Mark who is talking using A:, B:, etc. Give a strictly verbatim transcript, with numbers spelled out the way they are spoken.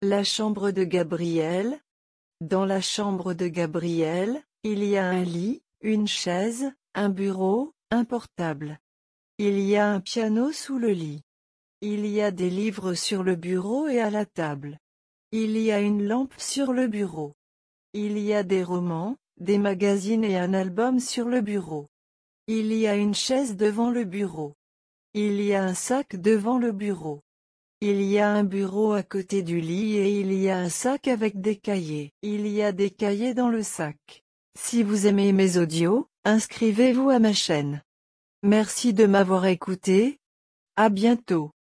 A: La chambre de Gabriel. Dans la chambre de Gabriel, il y a un lit, une chaise, un bureau, un portable. Il y a un piano sous le lit. Il y a des livres sur le bureau et à la table. Il y a une lampe sur le bureau. Il y a des romans, des magazines et un album sur le bureau. Il y a une chaise devant le bureau. Il y a un sac devant le bureau. Il y a un bureau à côté du lit et il y a un sac avec des cahiers. Il y a des cahiers dans le sac. Si vous aimez mes audios, inscrivez-vous à ma chaîne. Merci de m'avoir écouté. À bientôt.